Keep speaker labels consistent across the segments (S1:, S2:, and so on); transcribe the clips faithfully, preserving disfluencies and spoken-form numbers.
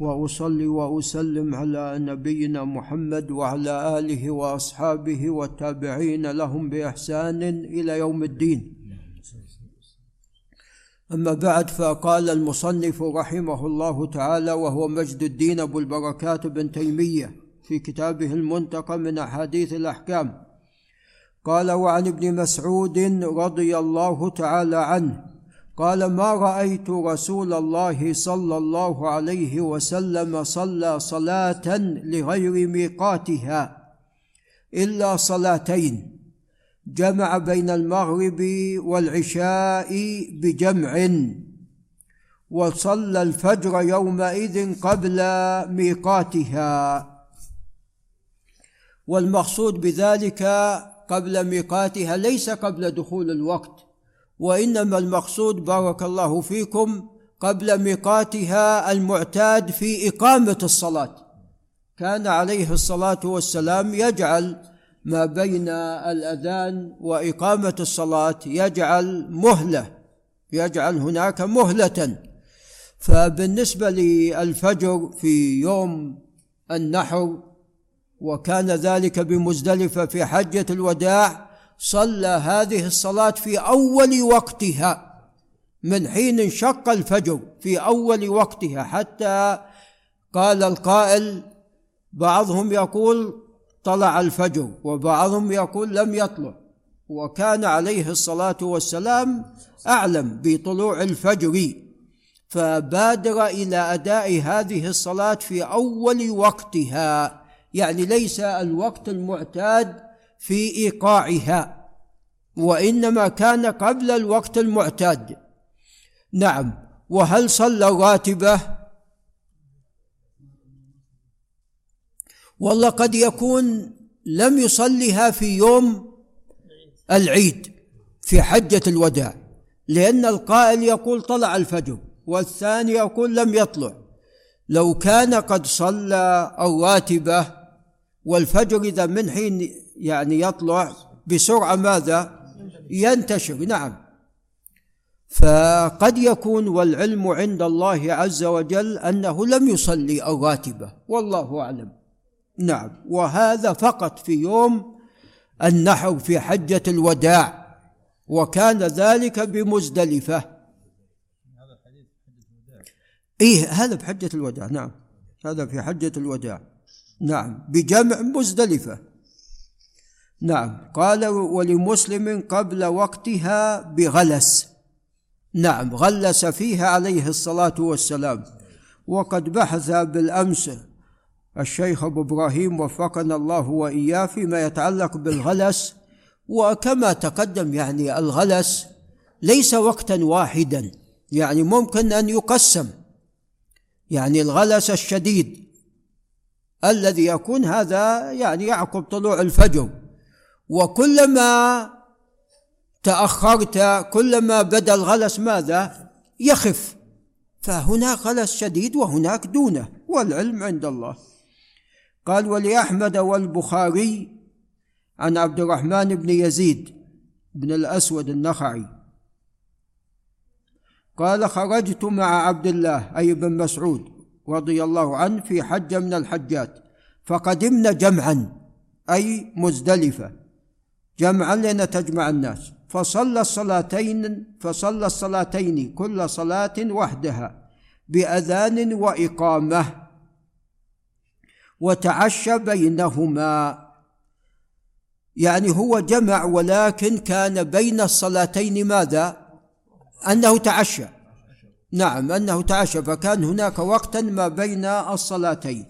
S1: وأصلي وأسلم على نبينا محمد وعلى آله وأصحابه والتابعين لهم بإحسان إلى يوم الدين. أما بعد، فقال المصنف رحمه الله تعالى وهو مجد الدين أبو البركات بن تيمية في كتابه المنتقى من أحاديث الأحكام، قال: وعن ابن مسعود رضي الله تعالى عنه قال: ما رأيت رسول الله صلى الله عليه وسلم صلى صلاة لغير ميقاتها إلا صلاتين، جمع بين المغرب والعشاء بجمع، وصلى الفجر يومئذ قبل ميقاتها. والمقصود بذلك قبل ميقاتها ليس قبل دخول الوقت، وإنما المقصود بارك الله فيكم قبل ميقاتها المعتاد في إقامة الصلاة. كان عليه الصلاة والسلام يجعل ما بين الأذان وإقامة الصلاة يجعل مهلة، يجعل هناك مهلة. فبالنسبة للفجر في يوم النحر، وكان ذلك بمزدلفة في حجة الوداع، صلى هذه الصلاة في أول وقتها من حين انشق الفجر، في أول وقتها، حتى قال القائل بعضهم يقول طلع الفجر وبعضهم يقول لم يطلع، وكان عليه الصلاة والسلام أعلم بطلوع الفجر، فبادر إلى أداء هذه الصلاة في أول وقتها، يعني ليس الوقت المعتاد في إيقاعها، وإنما كان قبل الوقت المعتاد. نعم. وهل صلى راتبة؟ والله قد يكون لم يصليها في يوم العيد في حجة الوداع، لأن القائل يقول طلع الفجر والثاني يقول لم يطلع. لو كان قد صلى الراتبة والفجر إذا من حين يعني يطلع بسرعة ماذا؟ ينتشر. نعم. فقد يكون، والعلم عند الله عز وجل، أنه لم يصلي الراتبة، والله أعلم. نعم. وهذا فقط في يوم النحر في حجة الوداع، وكان ذلك بمزدلفة.
S2: هذا الحديث حجة الوداع.
S1: إيه، هذا بحجة الوداع. نعم، هذا في حجة الوداع. نعم، بجمع مزدلفة. نعم. قال: ولمسلم قبل وقتها بغلس. نعم، غلس فيها عليه الصلاة والسلام. وقد بحث بالأمس الشيخ أبو إبراهيم وفقنا الله وإياه فيما يتعلق بالغلس، وكما تقدم يعني الغلس ليس وقتا واحدا، يعني ممكن أن يقسم، يعني الغلس الشديد الذي يكون هذا يعني يعقب طلوع الفجر، وكلما تأخرت كلما بدا الغلس ماذا؟ يخف. فهناك غلس شديد وهناك دونه، والعلم عند الله. قال: ولأحمد والبخاري عن عبد الرحمن بن يزيد بن الأسود النخعي قال: خرجت مع عبد الله أي بن مسعود رضي الله عنه في حجة من الحجات، فقدمنا جمعا أي مزدلفة، جمعا لأن تجمع الناس، فصلى الصلاتين فصلى الصلاتين كل صلاة وحدها بأذان وإقامة، وتعشى بينهما. يعني هو جمع، ولكن كان بين الصلاتين ماذا؟ أنه تعشى. نعم، أنه تعشى، فكان هناك وقتا ما بين الصلاتين.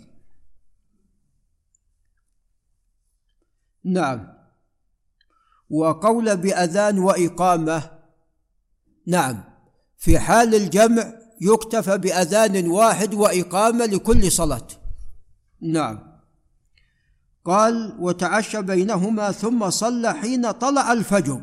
S1: نعم. وقول بأذان وإقامة، نعم، في حال الجمع يكتفى بأذان واحد وإقامة لكل صلاة. نعم. قال: وتعشى بينهما ثم صلى حين طلع الفجر،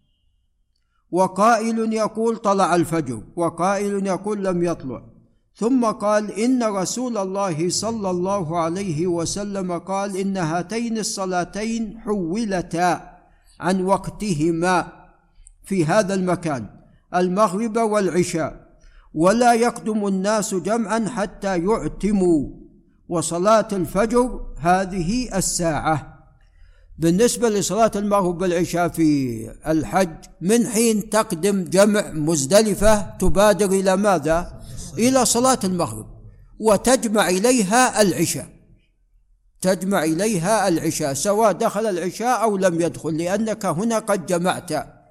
S1: وقائل يقول طلع الفجر وقائل يقول لم يطلع. ثم قال: إن رسول الله صلى الله عليه وسلم قال: إن هاتين الصلاتين حولتا عن وقتهما في هذا المكان، المغرب والعشاء، ولا يقدم الناس جمعا حتى يعتموا، وصلاة الفجر هذه الساعة. بالنسبة لصلاة المغرب والعشاء في الحج، من حين تقدم جمع مزدلفة تبادر إلى ماذا؟ إلى صلاة المغرب، وتجمع إليها العشاء، تجمع إليها العشاء سواء دخل العشاء أو لم يدخل، لأنك هنا قد جمعت.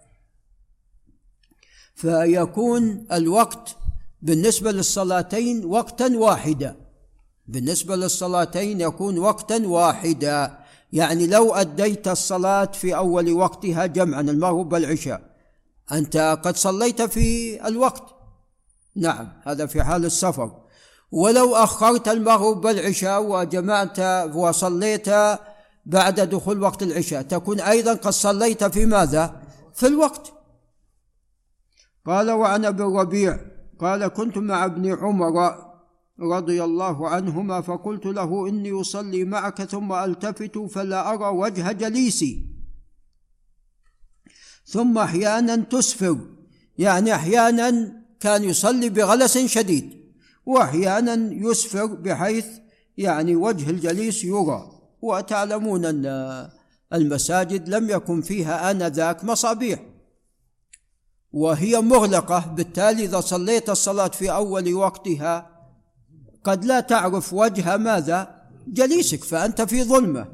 S1: فيكون الوقت بالنسبة للصلاتين وقتا واحدا، بالنسبة للصلاتين يكون وقتا واحدا. يعني لو أديت الصلاة في أول وقتها جمعا المغرب والعشاء، أنت قد صليت في الوقت، نعم، هذا في حال السفر. ولو أخرت المغرب والعشاء وجمعت وصليت بعد دخول وقت العشاء، تكون أيضا قد صليت في ماذا؟ في الوقت. قال: وعن أبي الربيع قال: كنت مع ابن عمر رضي الله عنهما فقلت له: إني أصلي معك ثم ألتفت فلا أرى وجه جليسي، ثم أحيانا تسفر، يعني أحيانا كان يصلي بغلس شديد، وأحيانا يسفر بحيث يعني وجه الجليس يرى. وتعلمون أن المساجد لم يكن فيها آنذاك مصابيح، وهي مغلقة، بالتالي إذا صليت الصلاة في أول وقتها قد لا تعرف وجه ماذا؟ جليسك، فأنت في ظلمة.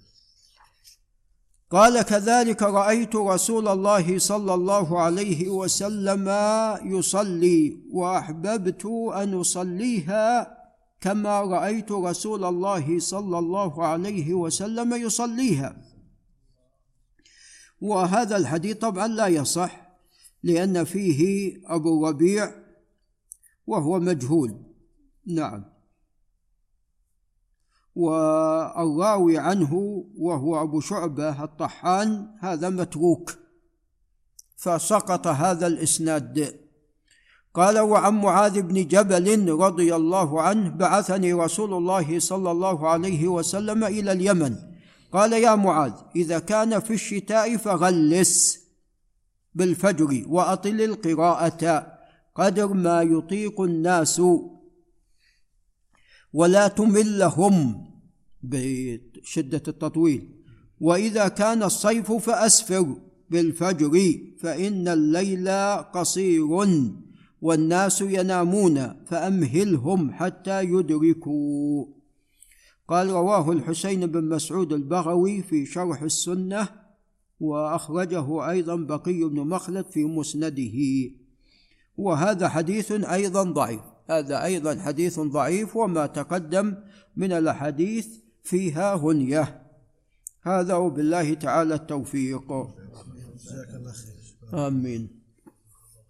S1: قال: كذلك رأيت رسول الله صلى الله عليه وسلم يصلي، وأحببت أن أصليها كما رأيت رسول الله صلى الله عليه وسلم يصليها. وهذا الحديث طبعا لا يصح، لأن فيه أبو ربيع وهو مجهول، نعم، والراوي عنه وهو أبو شعبة الطحان هذا متروك، فسقط هذا الإسناد. قال: وعن معاذ بن جبل رضي الله عنه: بعثني رسول الله صلى الله عليه وسلم إلى اليمن، قال: يا معاذ، إذا كان في الشتاء فغلس بالفجر وأطل القراءة قدر ما يطيق الناس، ولا تملهم بشدة التطويل، وإذا كان الصيف فأسفر بالفجر فإن الليل قصير والناس ينامون، فأمهلهم حتى يدركوا. قال: رواه الحسين بن مسعود البغوي في شرح السنة، وأخرجه أيضا بقي بن مخلد في مسنده. وهذا حديث أيضا ضعيف، هذا أيضا حديث ضعيف، وما تقدم من الأحاديث فيها غنية. هذا وبالله تعالى التوفيق. آمين.